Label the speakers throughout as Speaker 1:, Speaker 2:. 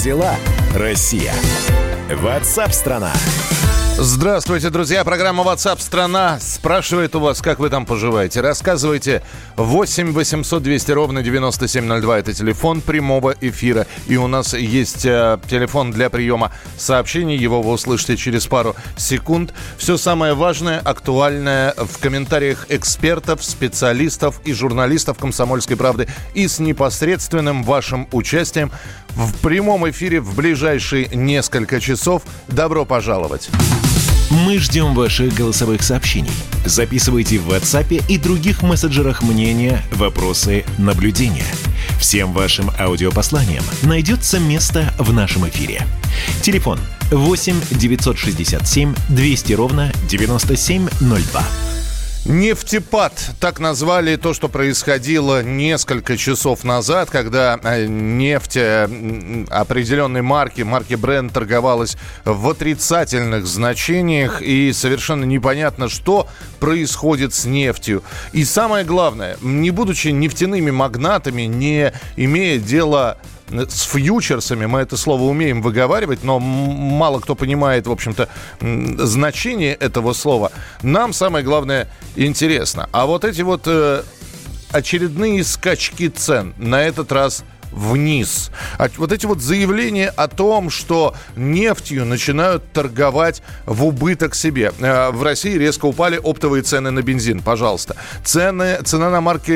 Speaker 1: дела, Россия? WhatsApp-страна.
Speaker 2: Здравствуйте, друзья. Программа WhatsApp страна спрашивает у вас, как вы там поживаете. Рассказывайте. 8 800 200 ровно 9702. Это телефон прямого эфира. И у нас есть телефон для приема сообщений. Его вы услышите через пару секунд. Все самое важное, актуальное в комментариях экспертов, специалистов и журналистов «Комсомольской правды». И с непосредственным вашим участием в прямом эфире в ближайшие несколько часов. Добро пожаловать.
Speaker 1: Мы ждем ваших голосовых сообщений. Записывайте в WhatsApp и других мессенджерах мнения, вопросы, наблюдения. Всем вашим аудиопосланиям найдется место в нашем эфире. Телефон 8 967 200 ровно 9702.
Speaker 2: Нефтепад. Так назвали то, что происходило несколько часов назад, когда нефть определенной марки Brent торговалась в отрицательных значениях, и совершенно непонятно, что происходит с нефтью. И самое главное, не будучи нефтяными магнатами, не имея дела с фьючерсами, мы это слово умеем выговаривать, но мало кто понимает, в общем-то, значение этого слова. Нам самое главное интересно. А вот эти вот очередные скачки цен, на этот раз вниз. Вот эти вот заявления о том, что нефтью начинают торговать в убыток себе. В России резко упали оптовые цены на бензин. Пожалуйста. Цена на марку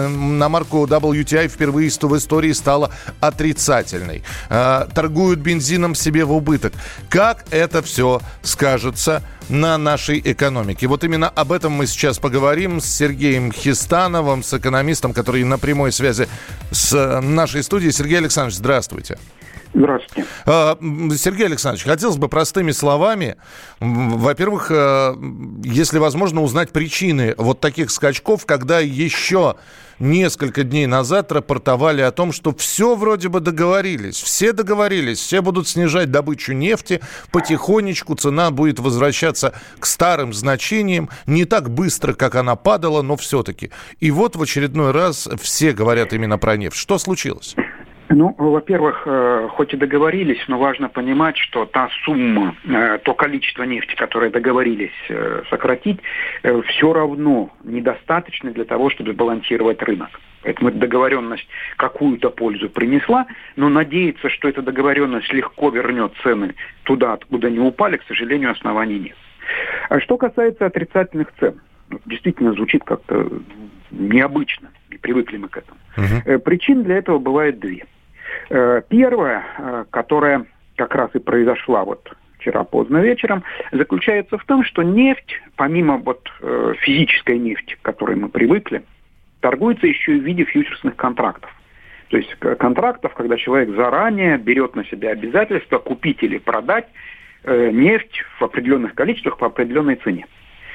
Speaker 2: WTI впервые в истории стала отрицательной. Торгуют бензином себе в убыток. Как это все скажется на нашей экономике? Вот именно об этом мы сейчас поговорим с Сергеем Хистановым, с экономистом, который на прямой связи с нашей студией. Сергей Александрович, здравствуйте.
Speaker 3: Здравствуйте.
Speaker 2: Сергей Александрович, хотелось бы простыми словами, во-первых, если возможно, узнать причины вот таких скачков, когда еще несколько дней назад рапортовали о том, что все вроде бы договорились, все будут снижать добычу нефти, потихонечку цена будет возвращаться к старым значениям, не так быстро, как она падала, но все-таки. И вот в очередной раз все говорят именно про нефть. Что случилось?
Speaker 3: Ну, во-первых, хоть и договорились, но важно понимать, что та сумма, то количество нефти, которое договорились сократить, все равно недостаточно для того, чтобы сбалансировать рынок. Поэтому эта договоренность какую-то пользу принесла, но надеяться, что эта договоренность легко вернет цены туда, откуда они упали, к сожалению, оснований нет. А что касается отрицательных цен, действительно звучит как-то необычно, не привыкли мы к этому. Причин для этого бывает две. Первая, которая как раз и произошла вот вчера поздно вечером, заключается в том, что нефть, помимо вот физической нефти, к которой мы привыкли, торгуется еще и в виде фьючерсных контрактов. То есть контрактов, когда человек заранее берет на себя обязательство купить или продать нефть в определенных количествах по определенной цене.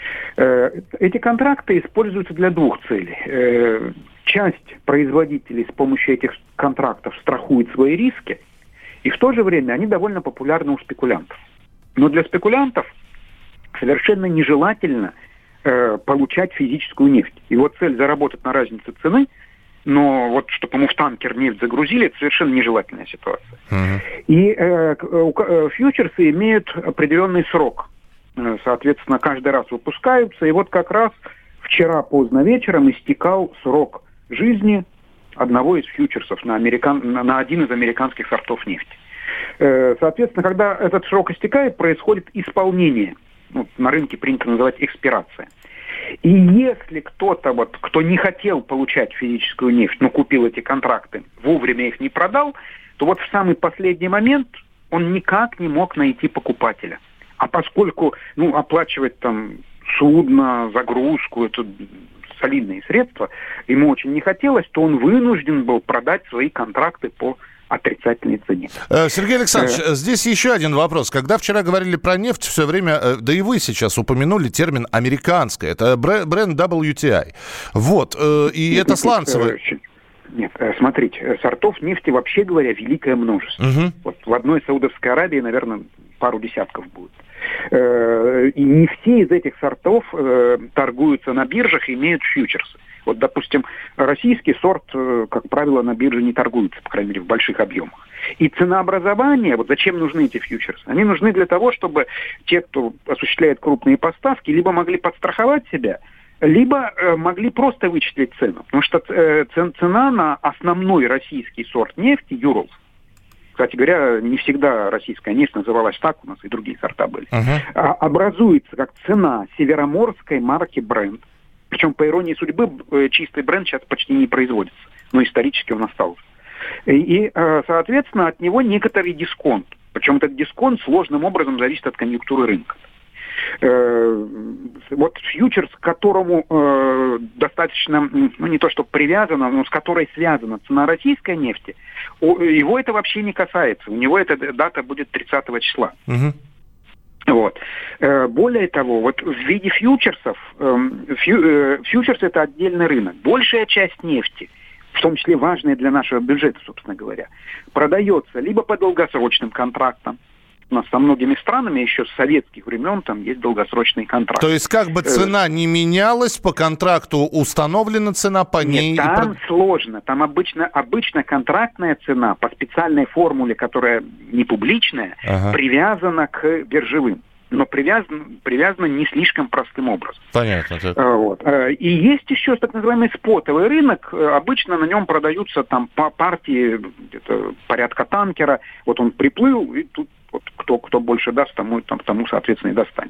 Speaker 3: Эти контракты используются для двух целей. Часть производителей с помощью этих контрактов страхует свои риски, и в то же время они довольно популярны у спекулянтов. Но для спекулянтов совершенно нежелательно получать физическую нефть. Его цель заработать на разнице цены, но вот чтобы ему в танкер нефть загрузили, это совершенно нежелательная ситуация. И фьючерсы имеют определенный срок. Соответственно, каждый раз выпускаются. И вот как раз вчера поздно вечером истекал срок жизни одного из фьючерсов на один из американских сортов нефти. Соответственно, когда этот срок истекает, происходит исполнение. На рынке принято называть экспирация. И если кто-то, кто не хотел получать физическую нефть, но купил эти контракты, вовремя их не продал, то вот в самый последний момент он никак не мог найти покупателя. А поскольку оплачивать там судно, загрузку, это солидные средства, ему очень не хотелось, то он вынужден был продать свои контракты по отрицательной цене.
Speaker 2: Сергей Александрович, здесь еще один вопрос. Когда вчера говорили про нефть, все время, да и вы сейчас упомянули термин «американская». Это бренд WTI. Вот, и это сланцевый.
Speaker 3: Нет, смотрите, сортов нефти, вообще говоря, великое множество. Вот в одной Саудовской Аравии, наверное, пару десятков будет. И не все из этих сортов торгуются на биржах и имеют фьючерсы. Вот, допустим, российский сорт, как правило, на бирже не торгуется, по крайней мере, в больших объемах. И ценообразование, вот зачем нужны эти фьючерсы? Они нужны для того, чтобы те, кто осуществляет крупные поставки, либо могли подстраховать себя, либо могли просто вычислить цену. Потому что цена на основной российский сорт нефти, Юралс, кстати говоря, не всегда российская нефть называлась так, у нас и другие сорта были, образуется как цена североморской марки Brent. Причем, по иронии судьбы, чистый Brent сейчас почти не производится, но исторически он остался. И, соответственно, от него некоторый дисконт. Причем этот дисконт сложным образом зависит от конъюнктуры рынка. Вот фьючерс, к которому достаточно, не то что привязано, но с которой связана цена российской нефти, его это вообще не касается. У него эта дата будет 30 числа. Вот. Более того, вот в виде фьючерсов, фьючерс это отдельный рынок. Большая часть нефти, в том числе важная для нашего бюджета, собственно говоря, продается либо по долгосрочным контрактам. У нас со многими странами еще с советских времен там есть долгосрочные контракты.
Speaker 2: То есть как бы цена не менялась, по контракту установлена цена, по ней...
Speaker 3: Нет, там сложно. Там обычно контрактная цена по специальной формуле, которая не публичная, привязана к биржевым. Но привязана не слишком простым образом.
Speaker 2: Понятно.
Speaker 3: Вот. И есть еще так называемый спотовый рынок. Обычно на нем продаются там партии где-то порядка танкера. Вот он приплыл, и тут вот кто больше даст, тому, соответственно, и достанет.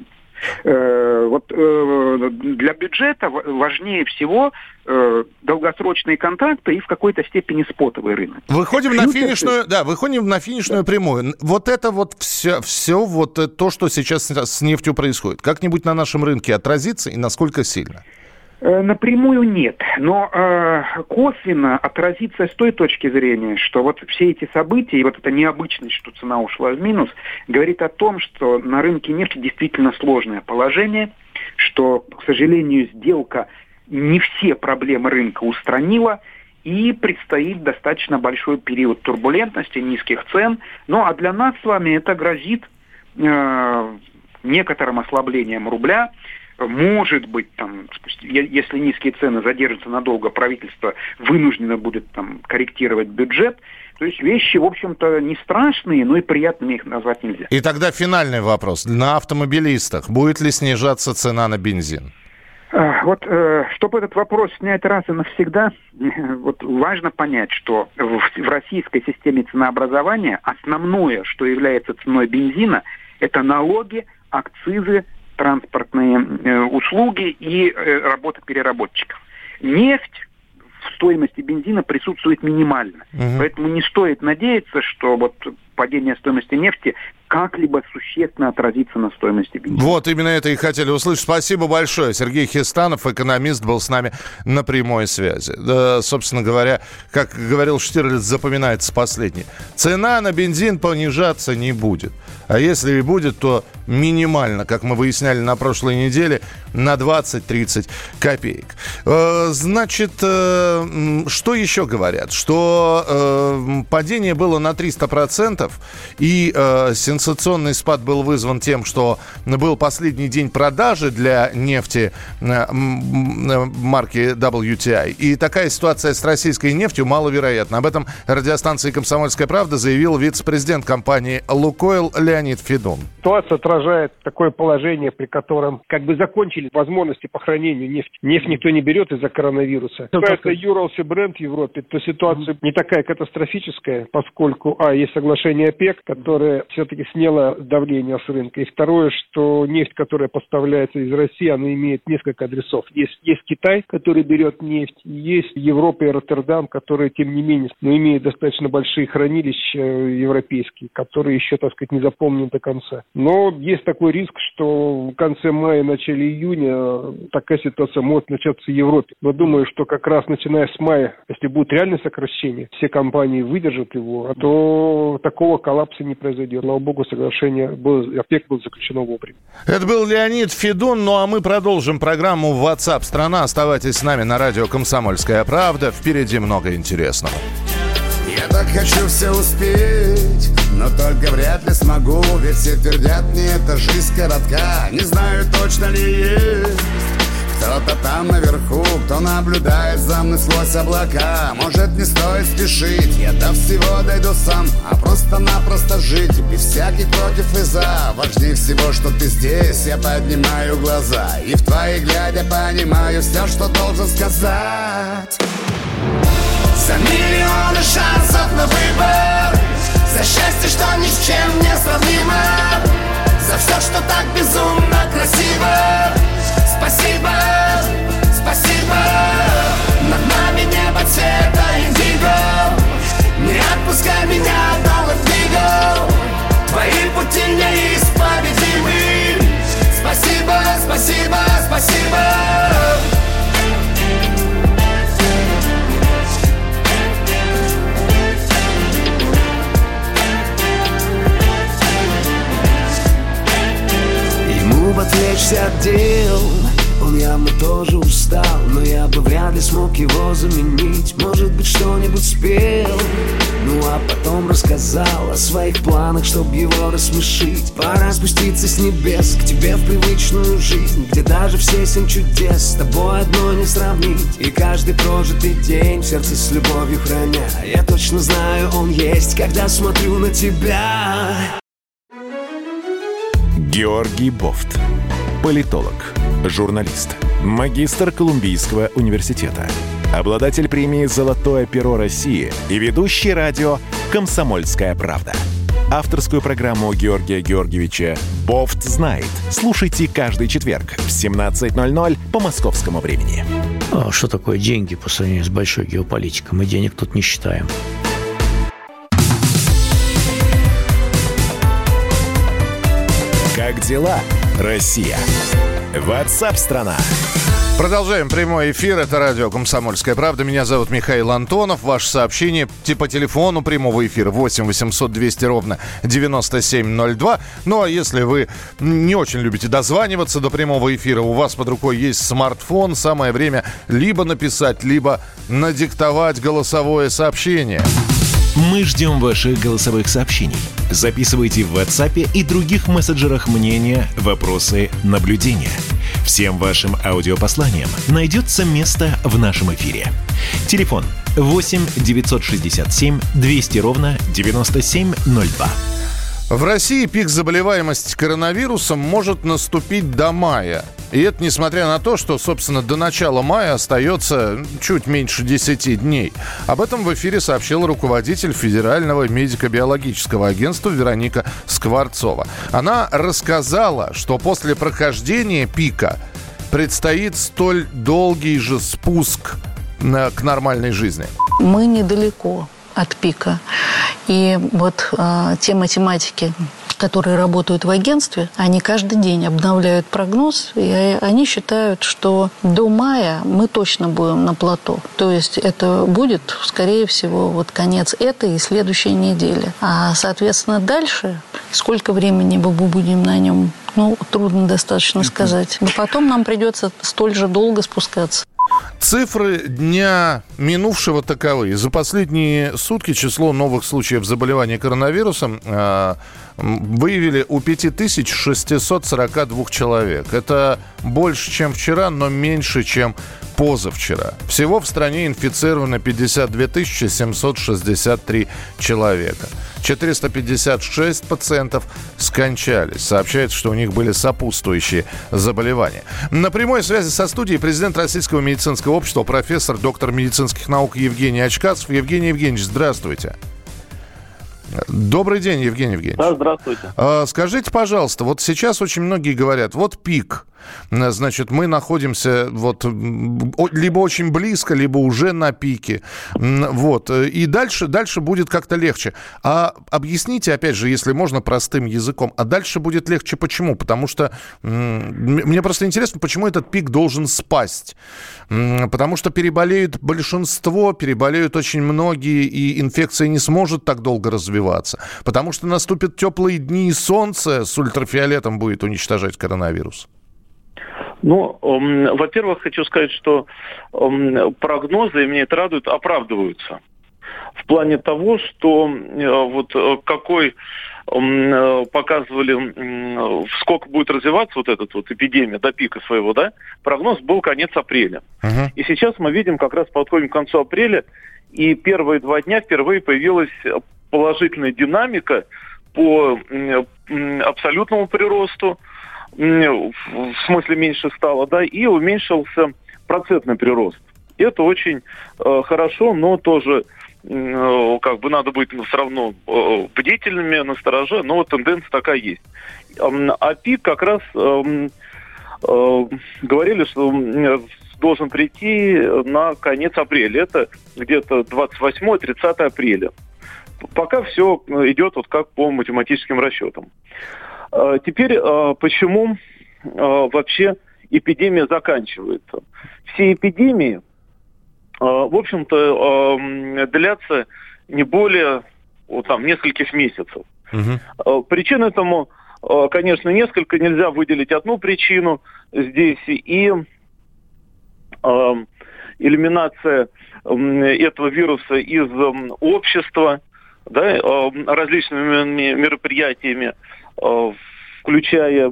Speaker 3: Для бюджета важнее всего долгосрочные контракты и в какой-то степени спотовый рынок.
Speaker 2: Выходим на финишную прямую. Вот это вот все вот то, что сейчас с нефтью происходит, как-нибудь на нашем рынке отразится и насколько сильно?
Speaker 3: Напрямую нет, но косвенно отразится с той точки зрения, что вот все эти события и вот эта необычность, что цена ушла в минус, говорит о том, что на рынке нефти действительно сложное положение, что, к сожалению, сделка не все проблемы рынка устранила, и предстоит достаточно большой период турбулентности, низких цен. Ну а для нас с вами это грозит некоторым ослаблением рубля. Может быть, там, если низкие цены задержатся надолго, правительство вынуждено будет там корректировать бюджет. То есть вещи, в общем-то, не страшные, но и приятными их назвать нельзя.
Speaker 2: И тогда финальный вопрос. На автомобилистах будет ли снижаться цена на бензин?
Speaker 3: Вот, чтобы этот вопрос снять раз и навсегда, вот важно понять, что в российской системе ценообразования основное, что является ценой бензина, это налоги, акцизы, транспортные услуги и работа переработчиков. Нефть в стоимости бензина присутствует минимально. Поэтому не стоит надеяться, что вот падение стоимости нефти как-либо существенно отразится на стоимости бензина.
Speaker 2: Вот, именно это и хотели услышать. Спасибо большое. Сергей Хистанов, экономист, был с нами на прямой связи. Да, собственно говоря, как говорил Штирлиц, запоминается последнее. Цена на бензин понижаться не будет. А если и будет, то минимально, как мы выясняли на прошлой неделе, на 20-30 копеек. Значит, что еще говорят? Что падение было на 300%, и сенсационный спад был вызван тем, что был последний день продажи для нефти марки WTI. И такая ситуация с российской нефтью маловероятна. Об этом радиостанции «Комсомольская правда» заявил вице-президент компании «Лукойл» Леонид Федун.
Speaker 4: Ситуация отражает такое положение, при котором как бы закончили возможности по хранению нефти. Нефть никто не берет из-за коронавируса. Это Юралс и Brent в Европе, то ситуация не такая катастрофическая, поскольку, есть соглашение ОПЕК, которое все-таки сняло давление с рынка. И второе, что нефть, которая поставляется из России, она имеет несколько адресов. Есть Китай, который берет нефть, есть Европа и Роттердам, которые, тем не менее, имеют достаточно большие хранилища европейские, которые еще, так сказать, не заполнены до конца. Но есть такой риск, что в конце мая, начале июня такая ситуация может начаться в Европе. Но думаю, что как раз начиная с мая, если будет реальное сокращение, все компании выдержат его, то такого коллапса не произойдет. Слава богу, соглашение ОПЕК было заключено вовремя.
Speaker 2: Это был Леонид Федун. Ну а мы продолжим программу WhatsApp страна. Оставайтесь с нами на радио «Комсомольская правда». Впереди много интересного.
Speaker 5: Я так хочу все успеть, но только вряд ли смогу. Ведь все твердят мне, эта жизнь коротка. Не знаю, точно ли есть Кто-то там наверху, кто наблюдает за мной сквозь облака. Может, не стоит спешить, я до всего дойду сам, а просто-напросто жить без всяких против и за. Важнее всего, что ты здесь, я поднимаю глаза и в твои глядя понимаю все, что должен сказать. За миллионы шансов на выбор, за счастье, что ни с чем не сравнимо, за все, что так безумно красиво. Спасибо, спасибо. Над нами небо цвета индиго. Не отпускай меня, доллар двигал. Твои пути неисповедимы. Спасибо, спасибо, спасибо.
Speaker 6: Ему отвлечься от дел, он явно тоже устал, но я бы вряд ли смог его заменить. Может быть, что-нибудь спел, ну а потом рассказал о своих планах, чтобы его рассмешить. Пора спуститься с небес к тебе в привычную жизнь, где даже все 7 чудес с тобой одно не сравнить. И каждый прожитый день в сердце с любовью храня, я точно знаю, он есть, когда смотрю на тебя.
Speaker 1: Георгий Бофт. Политолог, журналист, магистр Колумбийского университета, обладатель премии «Золотое перо России» и ведущий радио «Комсомольская правда». Авторскую программу Георгия Георгиевича «Бофт знает». Слушайте каждый четверг в 17:00 по московскому времени.
Speaker 7: Что такое деньги по сравнению с большой геополитикой? Мы денег тут не считаем.
Speaker 1: Как дела, Россия? WhatsApp-страна.
Speaker 2: Продолжаем прямой эфир. Это радио «Комсомольская правда». Меня зовут Михаил Антонов. Ваше сообщение по телефону прямого эфира 8 800 200 ровно 9702. Ну, а если вы не очень любите дозваниваться до прямого эфира, у вас под рукой есть смартфон, самое время либо написать, либо надиктовать голосовое сообщение.
Speaker 1: Мы ждем ваших голосовых сообщений. Записывайте в WhatsApp и других мессенджерах мнения, вопросы, наблюдения. Всем вашим аудиопосланиям найдется место в нашем эфире. Телефон 8 967 200 ровно 9702.
Speaker 2: В России пик заболеваемости коронавирусом может наступить до мая. И это несмотря на то, что, собственно, до начала мая остается чуть меньше 10 дней. Об этом в эфире сообщил руководитель Федерального медико-биологического агентства Вероника Скворцова. Она рассказала, что после прохождения пика предстоит столь долгий же спуск к нормальной жизни.
Speaker 8: Мы недалеко от пика. И вот те математики, которые работают в агентстве, они каждый день обновляют прогноз, и они считают, что до мая мы точно будем на плато. То есть это будет, скорее всего, вот конец этой и следующей недели. А, соответственно, дальше, сколько времени мы будем на нем, трудно достаточно сказать. Но потом нам придется столь же долго спускаться.
Speaker 2: Цифры дня минувшего таковы. За последние сутки число новых случаев заболевания коронавирусом выявили у 5642 человек. Это больше, чем вчера, но меньше, чем позавчера. Всего в стране инфицировано 52 763 человека. 456 пациентов скончались. Сообщается, что у них были сопутствующие заболевания. На прямой связи со студией президент Российского медицинского общества, профессор, доктор медицинских наук Евгений Очкасов. Евгений Евгеньевич, здравствуйте. Добрый день, Евгений Евгеньевич.
Speaker 9: Да, здравствуйте.
Speaker 2: Скажите, пожалуйста, вот сейчас очень многие говорят, вот пик, значит, мы находимся вот либо очень близко, либо уже на пике, вот, и дальше будет как-то легче. А объясните, опять же, если можно, простым языком, а дальше будет легче почему? Потому что мне просто интересно, почему этот пик должен спасть? Потому что переболеют большинство, переболеют очень многие, и инфекция не сможет так долго развиваться. Потому что наступят теплые дни, и солнце с ультрафиолетом будет уничтожать коронавирус.
Speaker 9: Во-первых, хочу сказать, что прогнозы, и меня это радует, оправдываются. в плане того, что какой показывали, сколько будет развиваться вот эта вот эпидемия до пика своего, да, прогноз был конец апреля. И сейчас мы видим, как раз подходим к концу апреля, и первые 2 дня впервые появилась положительная динамика по абсолютному приросту, в смысле меньше стало, да, и уменьшился процентный прирост. Это очень хорошо, но тоже надо быть все равно бдительными, настороже, но тенденция такая есть. А пик как раз говорили, что должен прийти на конец апреля. Это где-то 28-30 апреля. Пока все идет вот как по математическим расчетам. Теперь почему вообще эпидемия заканчивается? Все эпидемии, в общем-то, длятся не более нескольких месяцев. Причин этому, конечно, несколько. Нельзя выделить одну причину здесь. И элиминация этого вируса из общества, да, различными мероприятиями, включая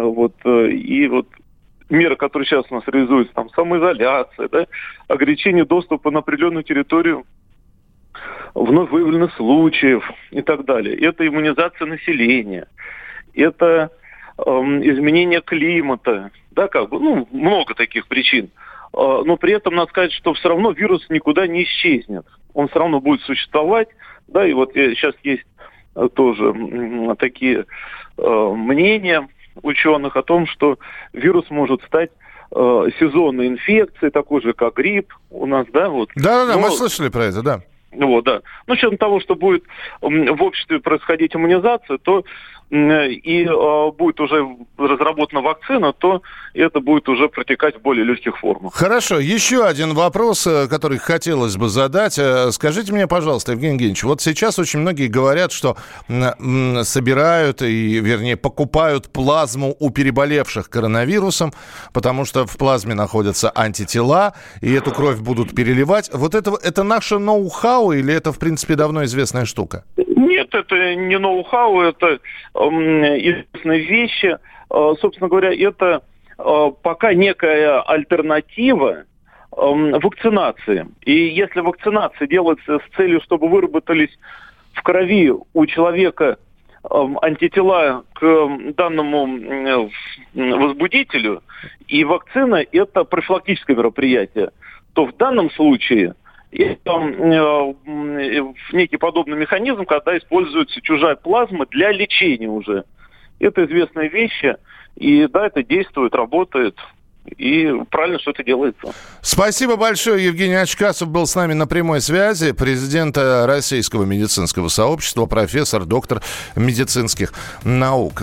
Speaker 9: меры, которые сейчас у нас реализуются, там, самоизоляция, да, ограничение доступа на определенную территорию вновь выявленных случаев и так далее. Это иммунизация населения, это изменение климата, да, много таких причин. Но при этом надо сказать, что все равно вирус никуда не исчезнет. Он все равно будет существовать, да, и сейчас есть тоже такие мнения ученых о том, что вирус может стать сезонной инфекцией, такой же, как грипп у нас, да, вот.
Speaker 2: Да, мы слышали про это, да.
Speaker 9: Да. Но с учетом того, что будет в обществе происходить иммунизация, то и будет уже разработана вакцина, то это будет уже протекать в более легких формах.
Speaker 2: Хорошо. Еще один вопрос, который хотелось бы задать. Скажите мне, пожалуйста, Евгений Евгеньевич, вот сейчас очень многие говорят, что собирают покупают плазму у переболевших коронавирусом, потому что в плазме находятся антитела, и эту кровь будут переливать. Вот это наше ноу-хау или это, в принципе, давно известная штука?
Speaker 9: Нет, это не ноу-хау, это известные вещи. Собственно говоря, это пока некая альтернатива вакцинации. И если вакцинация делается с целью, чтобы выработались в крови у человека антитела к данному возбудителю, и вакцина – это профилактическое мероприятие, то в данном случае это некий подобный механизм, когда используется чужая плазма для лечения уже. Это известные вещи, и да, это действует, работает. И правильно, что это делается.
Speaker 2: Спасибо большое. Евгений Очкасов был с нами на прямой связи. Президент Российского медицинского сообщества, профессор, доктор медицинских наук.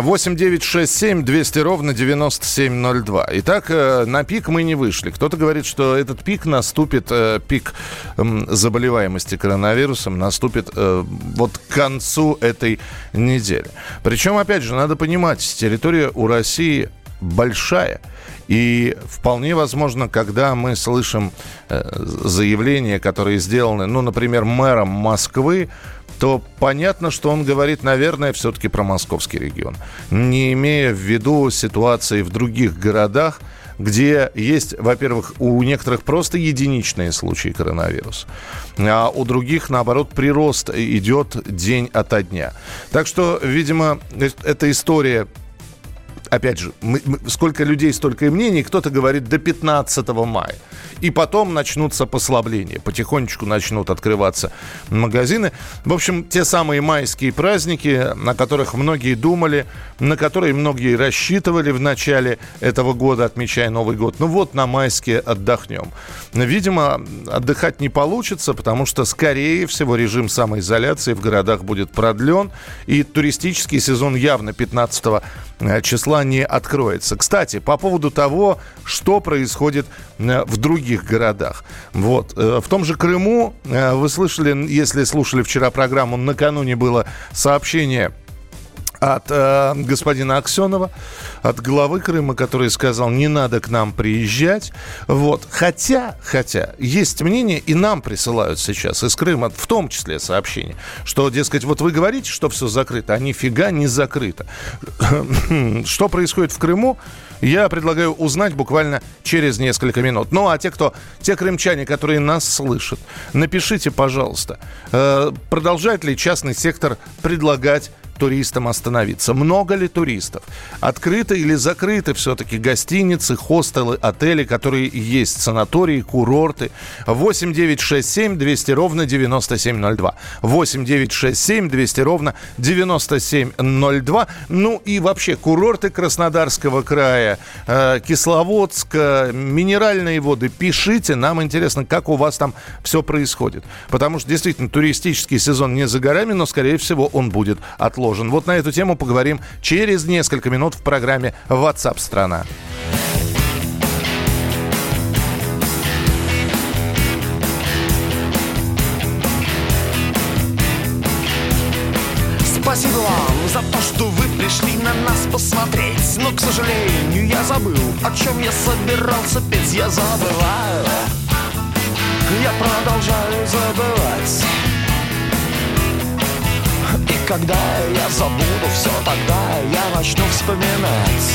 Speaker 2: 8-967-200-97-02. Итак, на пик мы не вышли. Кто-то говорит, что этот пик наступит, пик заболеваемости коронавирусом наступит вот к концу этой недели. Причем, опять же, надо понимать, территория у России большая. И вполне возможно, когда мы слышим заявления, которые сделаны, например, мэром Москвы, то понятно, что он говорит, наверное, все-таки про московский регион, не имея в виду ситуации в других городах, где есть, во-первых, у некоторых просто единичные случаи коронавируса, а у других, наоборот, прирост идет день ото дня. Так что, видимо, эта история... Опять же, сколько людей, столько и мнений. Кто-то говорит до 15 мая. И потом начнутся послабления. Потихонечку начнут открываться магазины. В общем, те самые майские праздники, на которых многие думали, на которые многие рассчитывали в начале этого года, отмечая Новый год. На майские отдохнем. Видимо, отдыхать не получится, потому что, скорее всего, режим самоизоляции в городах будет продлен. И туристический сезон явно 15 числа не откроется. Кстати, по поводу того, что происходит в других городах. В том же Крыму, вы слышали, если слушали вчера программу, накануне было сообщение от господина Аксенова, от главы Крыма, который сказал, не надо к нам приезжать. Вот. Хотя, есть мнение, и нам присылают сейчас из Крыма, в том числе сообщение, что, дескать, вот вы говорите, что все закрыто, а нифига не закрыто. Что происходит в Крыму, я предлагаю узнать буквально через несколько минут. Ну, а те крымчане, которые нас слышат, напишите, пожалуйста, продолжает ли частный сектор предлагать туристам остановиться? Много ли туристов? Открыты или закрыты все-таки гостиницы, хостелы, отели, которые есть, санатории, курорты? 8 967 200 ровно 9702. 8 967 200 ровно 9702. Ну и вообще курорты Краснодарского края, Кисловодска, минеральные воды. Пишите, нам интересно, как у вас там все происходит. Потому что действительно туристический сезон не за горами, но скорее всего он будет отложен. Вот на эту тему поговорим через несколько минут в программе WhatsApp страна.
Speaker 6: Спасибо вам за то, что вы пришли на нас посмотреть. Но, к сожалению, я забыл, о чем я собирался петь. Я забываю, я продолжаю забывать. И когда я забуду все, тогда я начну вспоминать.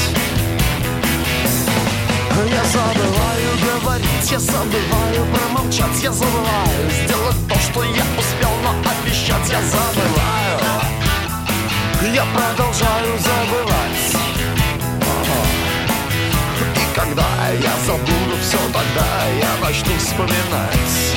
Speaker 6: Я забываю говорить, я забываю промолчать. Я забываю сделать то, что я успел, но обещать я забываю. Я продолжаю забывать. И когда я забуду все, тогда я начну вспоминать.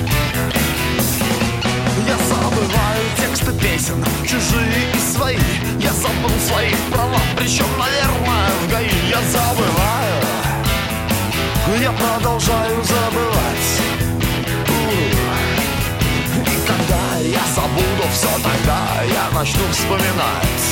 Speaker 6: Я забываю тексты песен, чужие и свои. Я забыл свои права, причем, наверное, в ГАИ. Я забываю, я продолжаю забывать. И когда я забуду все, тогда я начну вспоминать.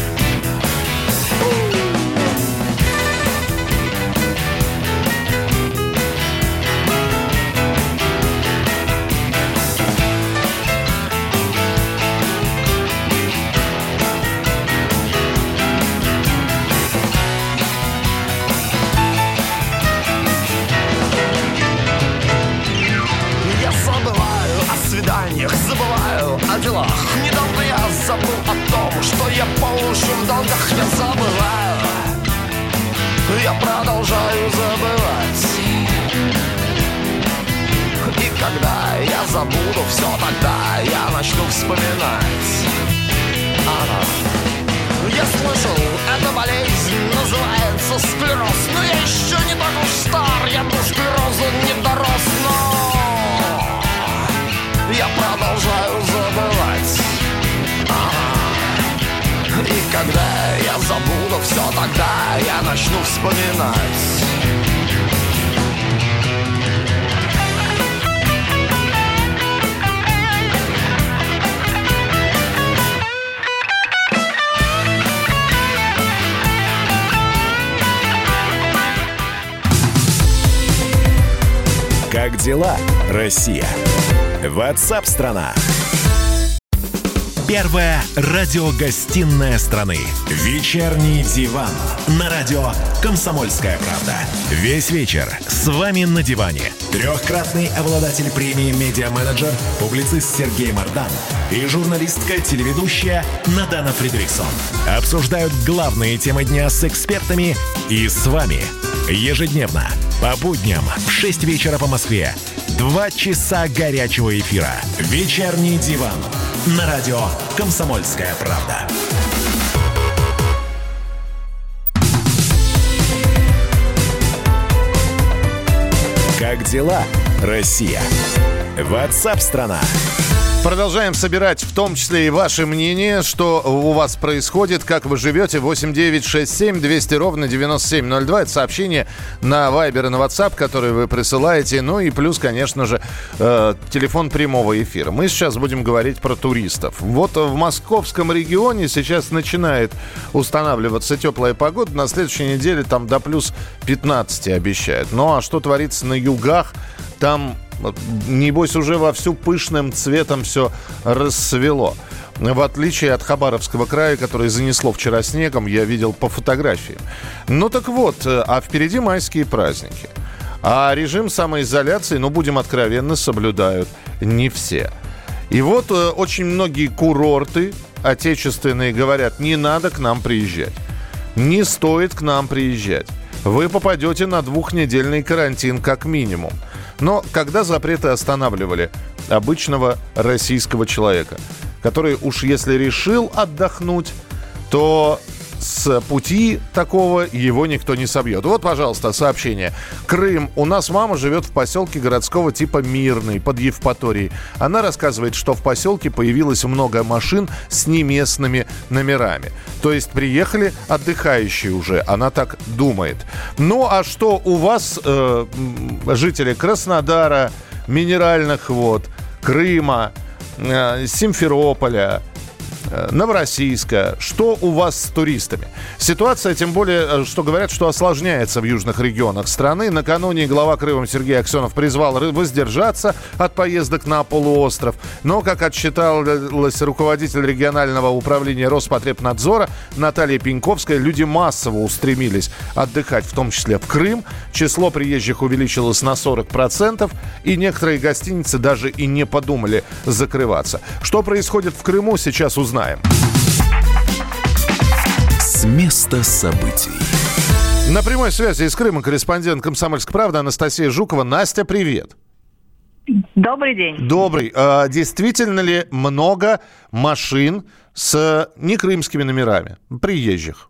Speaker 6: Забываю о делах. Недавно я забыл о том, что я по уши в долгах. Я забываю, я продолжаю забывать. И когда я забуду все, тогда я начну вспоминать. Я слышал, эта болезнь называется склероз. Но я еще не так уж стар, я до склероза не дорос, но я продолжаю забывать. И когда я забуду все, тогда я начну вспоминать.
Speaker 1: Как дела, Россия? WhatsApp страна. Первая радиогостинная страны. Вечерний диван. На радио «Комсомольская правда». Весь вечер с вами на диване. Трехкратный обладатель премии «Медиа-менеджер», публицист Сергей Мардан и журналистка-телеведущая Надана Фридриксон обсуждают главные темы дня с экспертами и с вами. Ежедневно, по будням, в 6 вечера по Москве. 2 часа горячего эфира. Вечерний диван. На радио «Комсомольская правда». Как дела, Россия? WhatsApp страна.
Speaker 2: Продолжаем собирать в том числе и ваше мнение, что у вас происходит, как вы живете. 8 967 200 ровно 9702. Это сообщение на Viber и на WhatsApp, которые вы присылаете. Ну и плюс, конечно же, телефон прямого эфира. Мы сейчас будем говорить про туристов. Вот в московском регионе сейчас начинает устанавливаться теплая погода. На следующей неделе там до плюс 15 обещают. Ну а что творится на югах? Там, небось, уже вовсю пышным цветом все расцвело. В отличие от Хабаровского края, который занесло вчера снегом, я видел по фотографиям. Ну так вот, а впереди майские праздники. А режим самоизоляции, будем откровенны, соблюдают не все. И вот очень многие курорты отечественные говорят, не надо к нам приезжать. Не стоит к нам приезжать. Вы попадете на 2-недельный карантин как минимум. Но когда запреты останавливали обычного российского человека, который уж если решил отдохнуть, то с пути такого его никто не собьет. Вот, пожалуйста, сообщение. Крым. У нас мама живет в поселке городского типа Мирный, под Евпаторией. Она рассказывает, что в поселке появилось много машин с неместными номерами. То есть приехали отдыхающие уже. Она так думает. Ну, а что у вас, жители Краснодара, Минеральных вод, Крыма, Симферополя, Новороссийска. Что у вас с туристами? Ситуация, тем более, что говорят, что осложняется в южных регионах страны. Накануне глава Крыма Сергей Аксенов призвал воздержаться от поездок на полуостров. Но, как отчиталась руководитель регионального управления Роспотребнадзора Наталья Пеньковская, люди массово устремились отдыхать, в том числе в Крым. Число приезжих увеличилось на 40%, и некоторые гостиницы даже и не подумали закрываться. Что происходит в Крыму, сейчас узнаем.
Speaker 1: С места событий.
Speaker 2: На прямой связи из Крыма корреспондент «Комсомольской правды» Анастасия Жукова. Настя, привет.
Speaker 10: Добрый день.
Speaker 2: Добрый. Действительно ли много машин с некрымскими номерами, приезжих?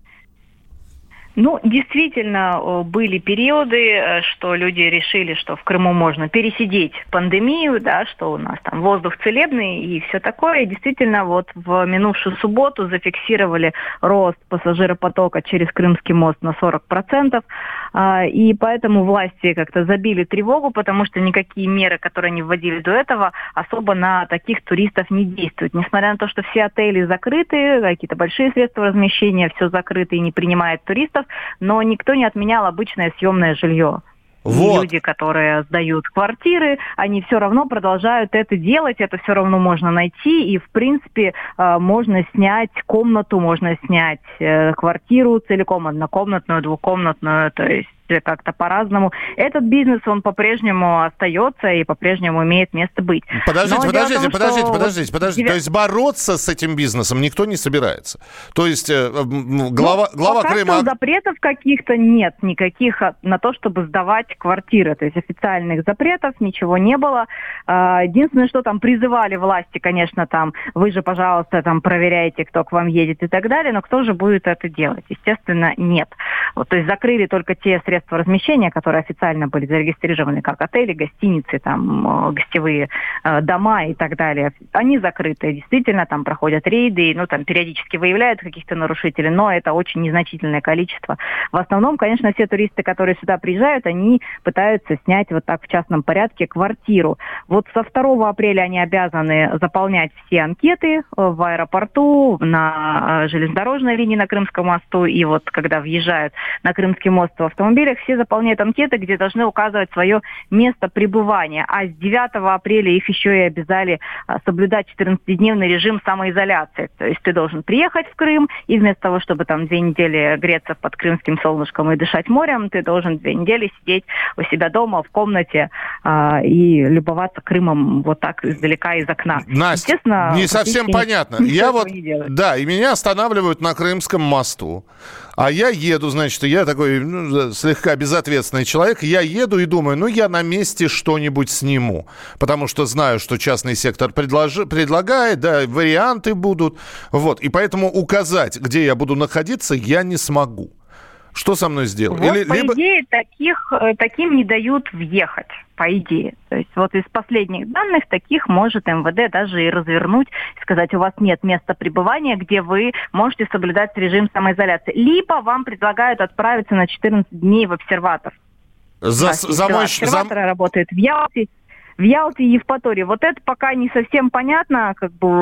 Speaker 10: Действительно, были периоды, что люди решили, что в Крыму можно пересидеть пандемию, да, что у нас там воздух целебный и все такое. И действительно, вот в минувшую субботу зафиксировали рост пассажиропотока через Крымский мост на 40%. И поэтому власти как-то забили тревогу, потому что никакие меры, которые они вводили до этого, особо на таких туристов не действуют. Несмотря на то, что все отели закрыты, какие-то большие средства размещения, все закрыто и не принимает туристов, но никто не отменял обычное съемное жилье. Вот. Люди, которые сдают квартиры, они все равно продолжают это делать, это все равно можно найти, и, в принципе, можно снять комнату, можно снять квартиру целиком, однокомнатную, двухкомнатную, то есть как-то по-разному. Этот бизнес, он по-прежнему остается и по-прежнему имеет место быть.
Speaker 2: Подождите. То есть бороться с этим бизнесом никто не собирается? То есть глава Крыма...
Speaker 10: Запретов каких-то нет никаких на то, чтобы сдавать квартиры. То есть официальных запретов ничего не было. Единственное, что там призывали власти, конечно, там, вы же, пожалуйста, там проверяйте, кто к вам едет и так далее, но кто же будет это делать? Естественно, нет. Вот, то есть закрыли только те средства размещения, которые официально были зарегистрированы как отели, гостиницы, там, гостевые дома и так далее. Они закрыты. Действительно, там проходят рейды, там периодически выявляют каких-то нарушителей, но это очень незначительное количество. В основном, конечно, все туристы, которые сюда приезжают, они пытаются снять вот так в частном порядке квартиру. Вот со 2 апреля они обязаны заполнять все анкеты в аэропорту, на железнодорожной линии на Крымском мосту, и вот когда въезжают на Крымский мост в автомобилях, все заполняют анкеты, где должны указывать свое место пребывания. А с 9 апреля их еще и обязали соблюдать 14-дневный режим самоизоляции. То есть ты должен приехать в Крым, и вместо того, чтобы там 2 недели греться под крымским солнышком и дышать морем, ты должен 2 недели сидеть у себя дома в комнате и любоваться Крымом вот так издалека из окна.
Speaker 2: Настя, не совсем понятно. Я вот, да, и меня останавливают на Крымском мосту. А я еду, значит, я такой слегка безответственный человек, я еду и думаю, я на месте что-нибудь сниму, потому что знаю, что частный сектор предлагает, да, варианты будут, вот, и поэтому указать, где я буду находиться, я не смогу. Что со мной сделать?
Speaker 10: Вот, по идее, таким не дают въехать, по идее. То есть вот из последних данных таких может МВД даже и развернуть, и сказать, у вас нет места пребывания, где вы можете соблюдать режим самоизоляции. Либо вам предлагают отправиться на 14 дней в обсерватор. Обсерватор работает в Ялте и Евпатории. Вот это пока не совсем понятно,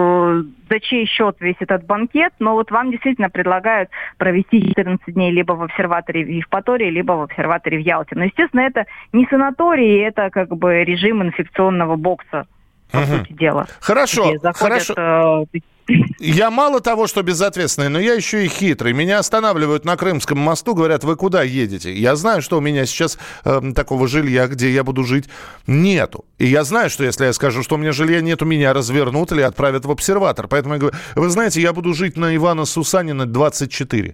Speaker 10: за чей счет весь этот банкет, но вот вам действительно предлагают провести 14 дней либо в обсерваторе в Евпатории, либо в обсерваторе в Ялте. Но, естественно, это не санаторий, это режим инфекционного бокса. по сути дела.
Speaker 2: Хорошо,
Speaker 10: заходят,
Speaker 2: хорошо. Я мало того, что безответственный, но я еще и хитрый. Меня останавливают на Крымском мосту, говорят, вы куда едете? Я знаю, что у меня сейчас такого жилья, где я буду жить, нету. И я знаю, что если я скажу, что у меня жилья нету, меня развернут или отправят в обсерватор. Поэтому я говорю, вы знаете, я буду жить на Ивана Сусанина 24.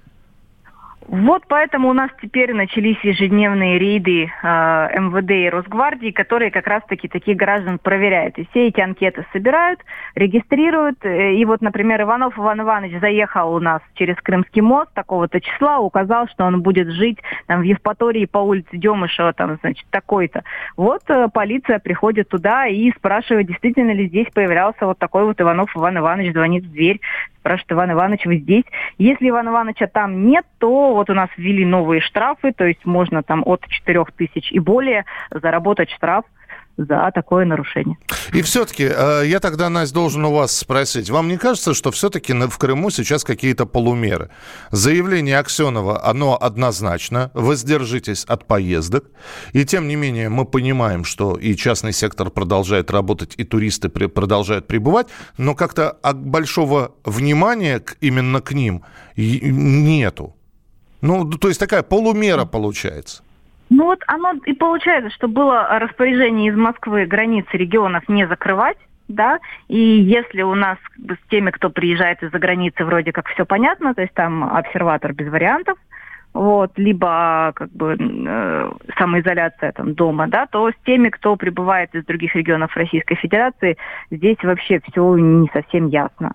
Speaker 10: Вот поэтому у нас теперь начались ежедневные рейды МВД и Росгвардии, которые как раз-таки таких граждан проверяют. И все эти анкеты собирают, регистрируют. И вот, например, Иванов Иван Иванович заехал у нас через Крымский мост такого-то числа, указал, что он будет жить там, в Евпатории по улице Демышева, там, значит, такой-то. Вот полиция приходит туда и спрашивает, действительно ли здесь появлялся вот такой вот Иванов Иван Иванович, звонит в дверь, спрашивает, Иван Иванович, вы здесь? Если Ивана Ивановича там нет, то вот у нас ввели новые штрафы, то есть можно там от 4 тысяч и более заработать штраф за такое нарушение.
Speaker 2: И все-таки я тогда, Настя, должен у вас спросить. Вам не кажется, что все-таки в Крыму сейчас какие-то полумеры? Заявление Аксенова, оно однозначно. Воздержитесь от поездок. И тем не менее мы понимаем, что и частный сектор продолжает работать, и туристы продолжают прибывать. Но как-то большого внимания именно к ним нету. Ну, то есть такая полумера получается.
Speaker 10: Ну вот оно и получается, что было распоряжение из Москвы границы регионов не закрывать, да, и если у нас с теми, кто приезжает из-за границы, вроде как все понятно, то есть там обсерватор без вариантов, вот, либо как бы самоизоляция там дома, да, то с теми, кто прибывает из других регионов Российской Федерации, здесь вообще все не совсем ясно.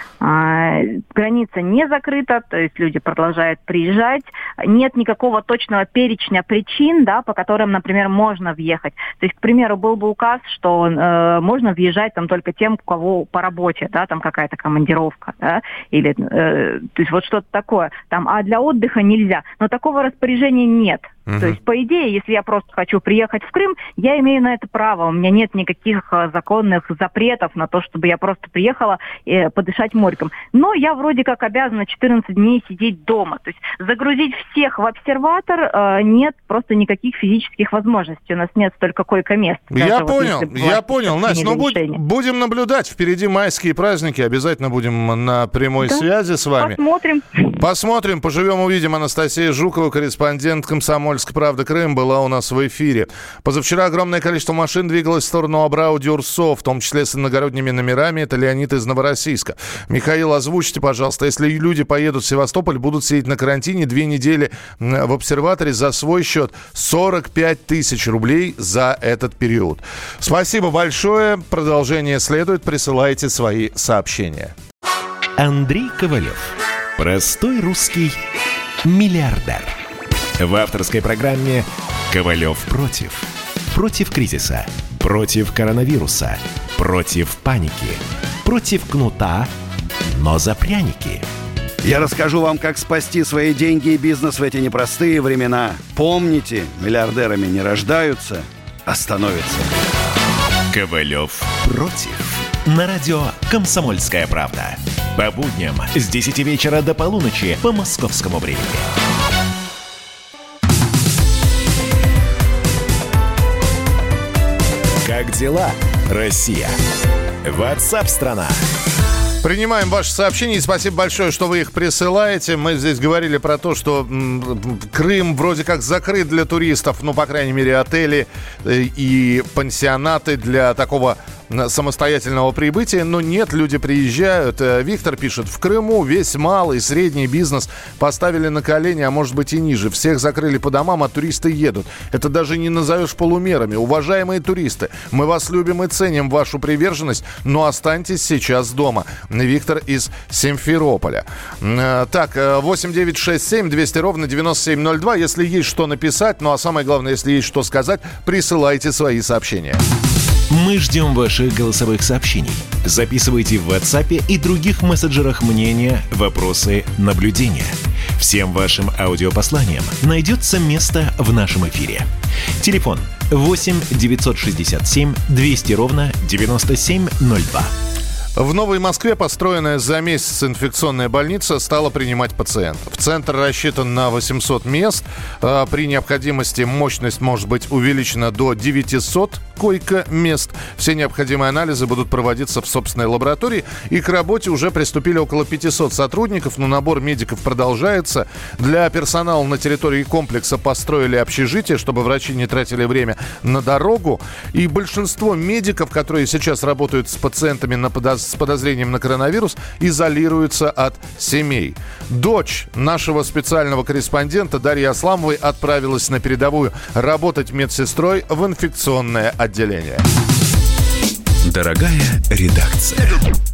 Speaker 10: Граница не закрыта, то есть люди продолжают приезжать. Нет никакого точного перечня причин, да, по которым, например, можно въехать. То есть, к примеру, был бы указ, что можно въезжать там только тем, у кого по работе, да, там какая-то командировка, да, или, то есть вот что-то такое. Там, а для отдыха нельзя. Но такого распоряжения нет. То есть, по идее, если я просто хочу приехать в Крым, я имею на это право. У меня нет никаких законных запретов на то, чтобы я просто приехала и подышать морьком. Но я вроде как обязана 14 дней сидеть дома. То есть загрузить всех в обсерватор нет просто никаких физических возможностей. У нас нет столько койко-мест.
Speaker 2: Я понял, Настя, но будем наблюдать. Впереди майские праздники. Обязательно будем на прямой связи с вами. Посмотрим, поживем, увидим. Анастасия Жукова, корреспондент «Комсомольской правды» Крым, была у нас в эфире. Позавчера огромное количество машин двигалось в сторону Абрау-Дюрсо, в том числе с иногородними номерами. Это Леонид из Новороссийска. Михаил, озвучьте, пожалуйста, если люди поедут в Севастополь, будут сидеть на карантине 2 недели в обсерваторе за свой счет 45 тысяч рублей за этот период. Спасибо большое. Продолжение следует. Присылайте свои сообщения.
Speaker 1: Андрей Ковалев. Простой русский миллиардер. В авторской программе «Ковалев против». Против кризиса, против коронавируса, против паники, против кнута, но за пряники.
Speaker 11: Я расскажу вам, как спасти свои деньги и бизнес в эти непростые времена. Помните, миллиардерами не рождаются, а становятся.
Speaker 1: Ковалев против. На радио «Комсомольская правда». По будням с 10 вечера до полуночи по московскому времени. Как дела, Россия? WhatsApp-страна.
Speaker 2: Принимаем ваши сообщения, и спасибо большое, что вы их присылаете. Мы здесь говорили про то, что Крым вроде как закрыт для туристов, ну, по крайней мере, отели и пансионаты для такого самостоятельного прибытия, но нет, люди приезжают. Виктор пишет, в Крыму весь малый, средний бизнес поставили на колени, а может быть и ниже. Всех закрыли по домам, а туристы едут. Это даже не назовешь полумерами. Уважаемые туристы, мы вас любим и ценим вашу приверженность, но останьтесь сейчас дома. Виктор из Симферополя. Так, 8967 200 ровно 9702. Если есть что написать, ну а самое главное, если есть что сказать, присылайте свои сообщения.
Speaker 1: Мы ждем ваших голосовых сообщений. Записывайте в WhatsApp и других мессенджерах мнения, вопросы, наблюдения. Всем вашим аудиопосланиям найдется место в нашем эфире. Телефон 8 967 200 ровно 9702.
Speaker 2: В Новой Москве построенная за месяц инфекционная больница стала принимать пациентов. Центр рассчитан на 800 мест. При необходимости мощность может быть увеличена до 900 койко-мест. Все необходимые анализы будут проводиться в собственной лаборатории. И к работе уже приступили около 500 сотрудников, но набор медиков продолжается. Для персонала на территории комплекса построили общежитие, чтобы врачи не тратили время на дорогу. И большинство медиков, которые сейчас работают с пациентами с подозрением на коронавирус, изолируются от семей. Дочь нашего специального корреспондента Дарьи Асламовой отправилась на передовую работать медсестрой в инфекционное отделение.
Speaker 1: Дорогая редакция.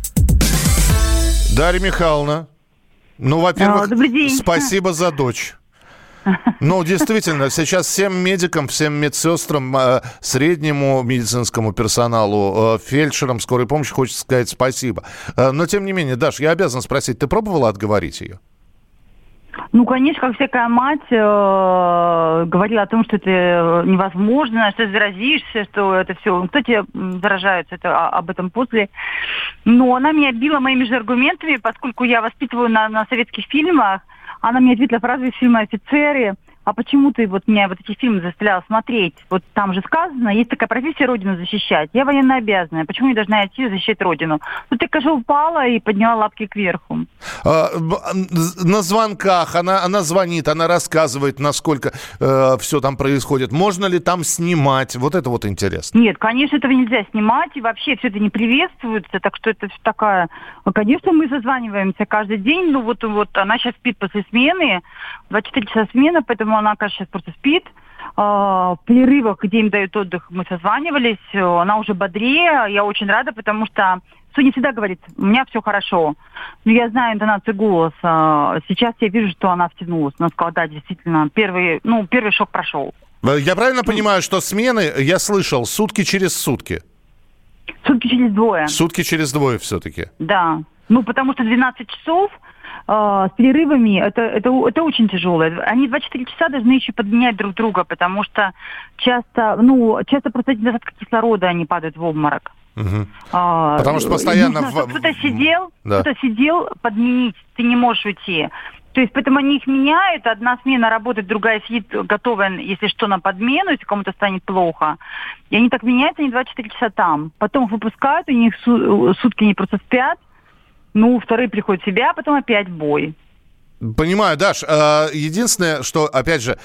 Speaker 2: Дарья Михайловна, во-первых, спасибо за дочь. Действительно, сейчас всем медикам, всем медсестрам, среднему медицинскому персоналу, фельдшерам скорой помощи хочется сказать спасибо. Но, тем не менее, Даш, я обязан спросить, ты пробовала отговорить ее?
Speaker 10: Конечно, как всякая мать говорила о том, что это невозможно, что ты заразишься, что это все... Кто тебе заражается об этом после? Но она меня била моими же аргументами, поскольку я воспитываю на советских фильмах. Она мне ответила фразу из фильма «Офицеры». А почему ты меня эти фильмы заставляла смотреть? Вот там же сказано, есть такая профессия Родину защищать. Я военно обязанная. Почему я должна идти защищать Родину? Я, конечно, упала и подняла лапки кверху.
Speaker 2: На звонках она звонит, она рассказывает, насколько все там происходит. Можно ли там снимать? Вот это вот интересно.
Speaker 10: Нет, конечно, этого нельзя снимать. И вообще все это не приветствуется. Так что это такая... Конечно, мы созваниваемся каждый день. Она сейчас спит после смены. 24 часа смена, поэтому она, конечно, сейчас просто спит. В перерывах, где им дают отдых, мы созванивались. Она уже бодрее. Я очень рада, потому что Соня всегда говорит, у меня все хорошо. Но я знаю интонацию голоса. Сейчас я вижу, что она втянулась. Она сказала, да, действительно, первый шок прошел.
Speaker 2: Я правильно понимаю, что смены, я слышал, сутки через сутки?
Speaker 10: Сутки через двое.
Speaker 2: Сутки через двое все-таки?
Speaker 10: Да. Потому что 12 часов... с перерывами, это очень тяжело. Они 24 часа должны еще подменять друг друга, потому что часто просто недостатка кислорода, они падают в обморок.
Speaker 2: Угу. Потому что постоянно...
Speaker 10: Кто-то сидел, подменить, ты не можешь уйти. То есть, поэтому они их меняют, одна смена работает, другая сидит, готовая, если что, на подмену, если кому-то станет плохо. И они так меняются, они 24 часа там. Потом их выпускают, у них сутки они просто спят. Вторые приходят в себя, а потом опять в бой.
Speaker 2: Понимаю, Даш. Единственное, что, опять же,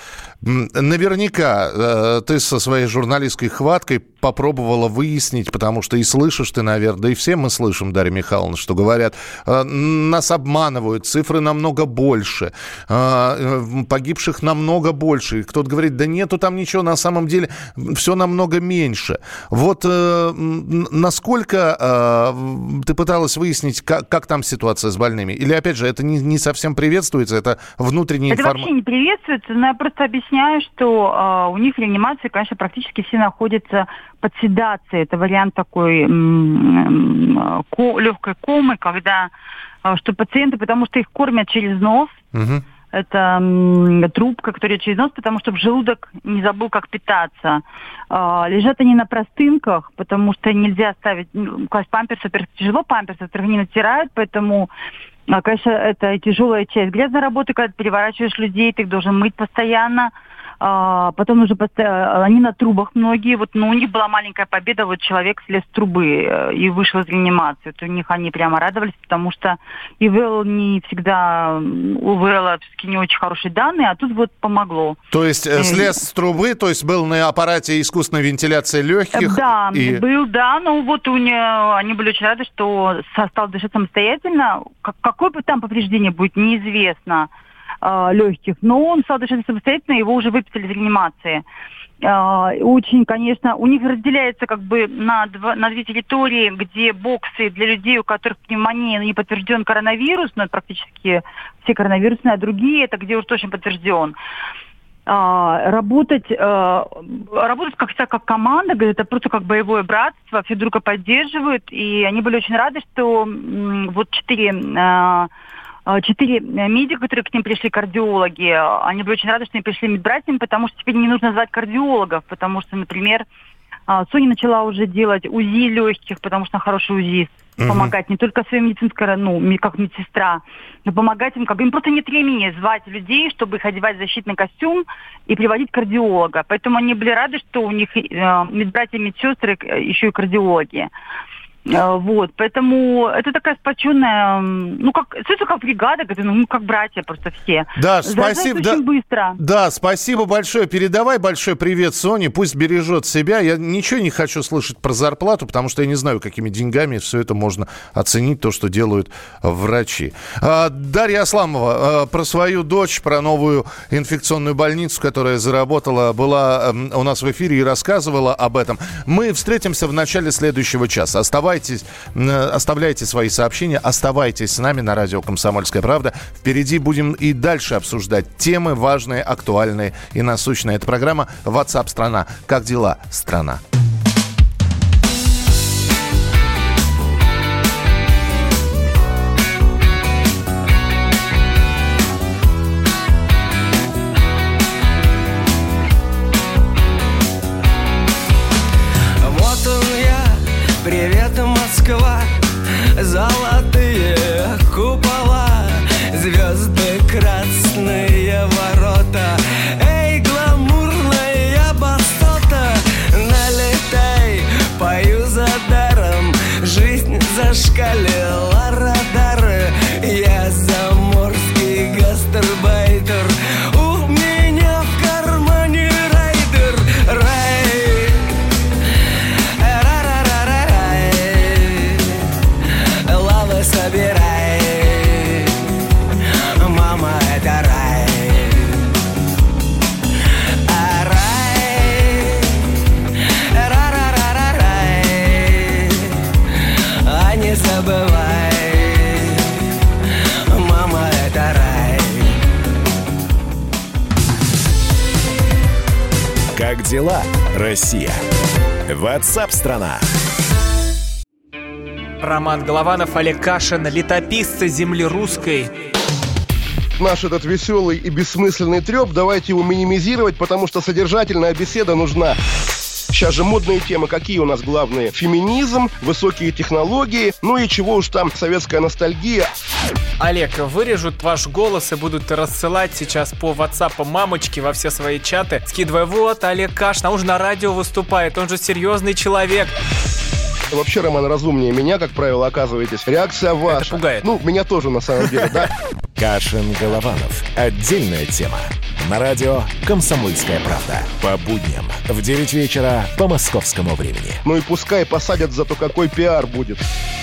Speaker 2: наверняка ты со своей журналистской хваткой попробовала выяснить, потому что и слышишь ты, наверное, да и все мы слышим, Дарья Михайловна, что говорят, нас обманывают, цифры намного больше, погибших намного больше. И кто-то говорит, да нету там ничего, на самом деле все намного меньше. Насколько ты пыталась выяснить, как там ситуация с больными? Или, опять же, это не совсем приветствуется, это внутренняя информация?
Speaker 10: Это вообще не приветствуется, но я просто объясняю, что у них в реанимации, конечно, практически все находятся под седацией. Это вариант такой легкой комы, когда что пациенты, потому что их кормят через нос, это трубка, которая через нос, потому что желудок не забыл, как питаться. Лежат они на простынках, потому что нельзя ставить, класть памперсы, во-первых, тяжело памперсы, во-вторых, не натирают, поэтому... Конечно, это тяжелая часть грязной работы, когда ты переворачиваешь людей, ты их должен мыть постоянно. Потом уже они на трубах многие. у них была маленькая победа, человек слез с трубы и вышел из реанимации. У них они прямо радовались, потому что ИВЛ не всегда, у ИВЛ все-таки не очень хорошие данные, а тут помогло.
Speaker 2: То есть слез с трубы, то есть был на аппарате искусственной вентиляции легких?
Speaker 10: Да, был, да, но они были очень рады, что стал дышать самостоятельно. Какое бы там повреждение будет, неизвестно. Легких, но он стал дышать самостоятельно, его уже выписали из реанимации. Очень, конечно, у них разделяется на две территории, где боксы для людей, у которых пневмония, не подтвержден коронавирус, но практически все коронавирусные, а другие, это где уж точно подтвержден. Работать как команда, это просто как боевое братство, все друг друга поддерживают, и они были очень рады, что 4 медика, которые к ним пришли, кардиологи, они были очень рады, что они пришли медбратьями, потому что теперь не нужно звать кардиологов, потому что, например, Соня начала уже делать УЗИ легких, потому что она хороший УЗИст. Помогать не только своей медицинской, как медсестра, но помогать им, им просто нет времени звать людей, чтобы их одевать в защитный костюм и приводить кардиолога. Поэтому они были рады, что у них медбратья и медсестры еще и кардиологи. Вот, поэтому это такая сплоченная, как бригада, как братья просто все.
Speaker 2: Да, спасибо.
Speaker 10: Очень быстро.
Speaker 2: Да, спасибо большое. Передавай большой привет Соне, пусть бережет себя. Я ничего не хочу слышать про зарплату, потому что я не знаю, какими деньгами все это можно оценить, то, что делают врачи. Дарья Асламова про свою дочь, про новую инфекционную больницу, которая заработала, была у нас в эфире и рассказывала об этом. Мы встретимся в начале следующего часа. Оставляйте свои сообщения, оставайтесь с нами на радио «Комсомольская правда». Впереди будем и дальше обсуждать темы важные, актуальные и насущные. Это программа WhatsApp страна. Как дела, страна?
Speaker 6: Привет, Москва, золотые купола, звезды, красные ворота. Эй, гламурная басота, налетай, пою за даром. Жизнь зашкалила радары, я заморский гастарбайтер. У меня в кармане райдер, собирай, мама, это рай. Рай, рай, а не забывай, мама, это рай.
Speaker 1: Как дела, Россия? WhatsApp-страна.
Speaker 12: Роман Голованов, Олег Кашин, летописцы земли русской.
Speaker 13: Наш этот веселый и бессмысленный треп, давайте его минимизировать, потому что содержательная беседа нужна. Сейчас же модные темы, какие у нас главные? Феминизм, высокие технологии, ну и чего уж там, советская ностальгия.
Speaker 12: Олег, вырежут ваш голос и будут рассылать сейчас по WhatsApp мамочки во все свои чаты, скидывая: вот, Олег Кашин, он же на радио выступает, он же серьезный человек.
Speaker 13: Вообще, Роман, разумнее меня, как правило, оказываетесь. Реакция ваша.
Speaker 12: Это пугает.
Speaker 13: Меня тоже, на самом деле, да.
Speaker 1: Кашин-Голованов. Отдельная тема. На радио «Комсомольская правда». По будням в 9 вечера по московскому времени.
Speaker 13: Ну и пускай посадят, зато какой пиар будет.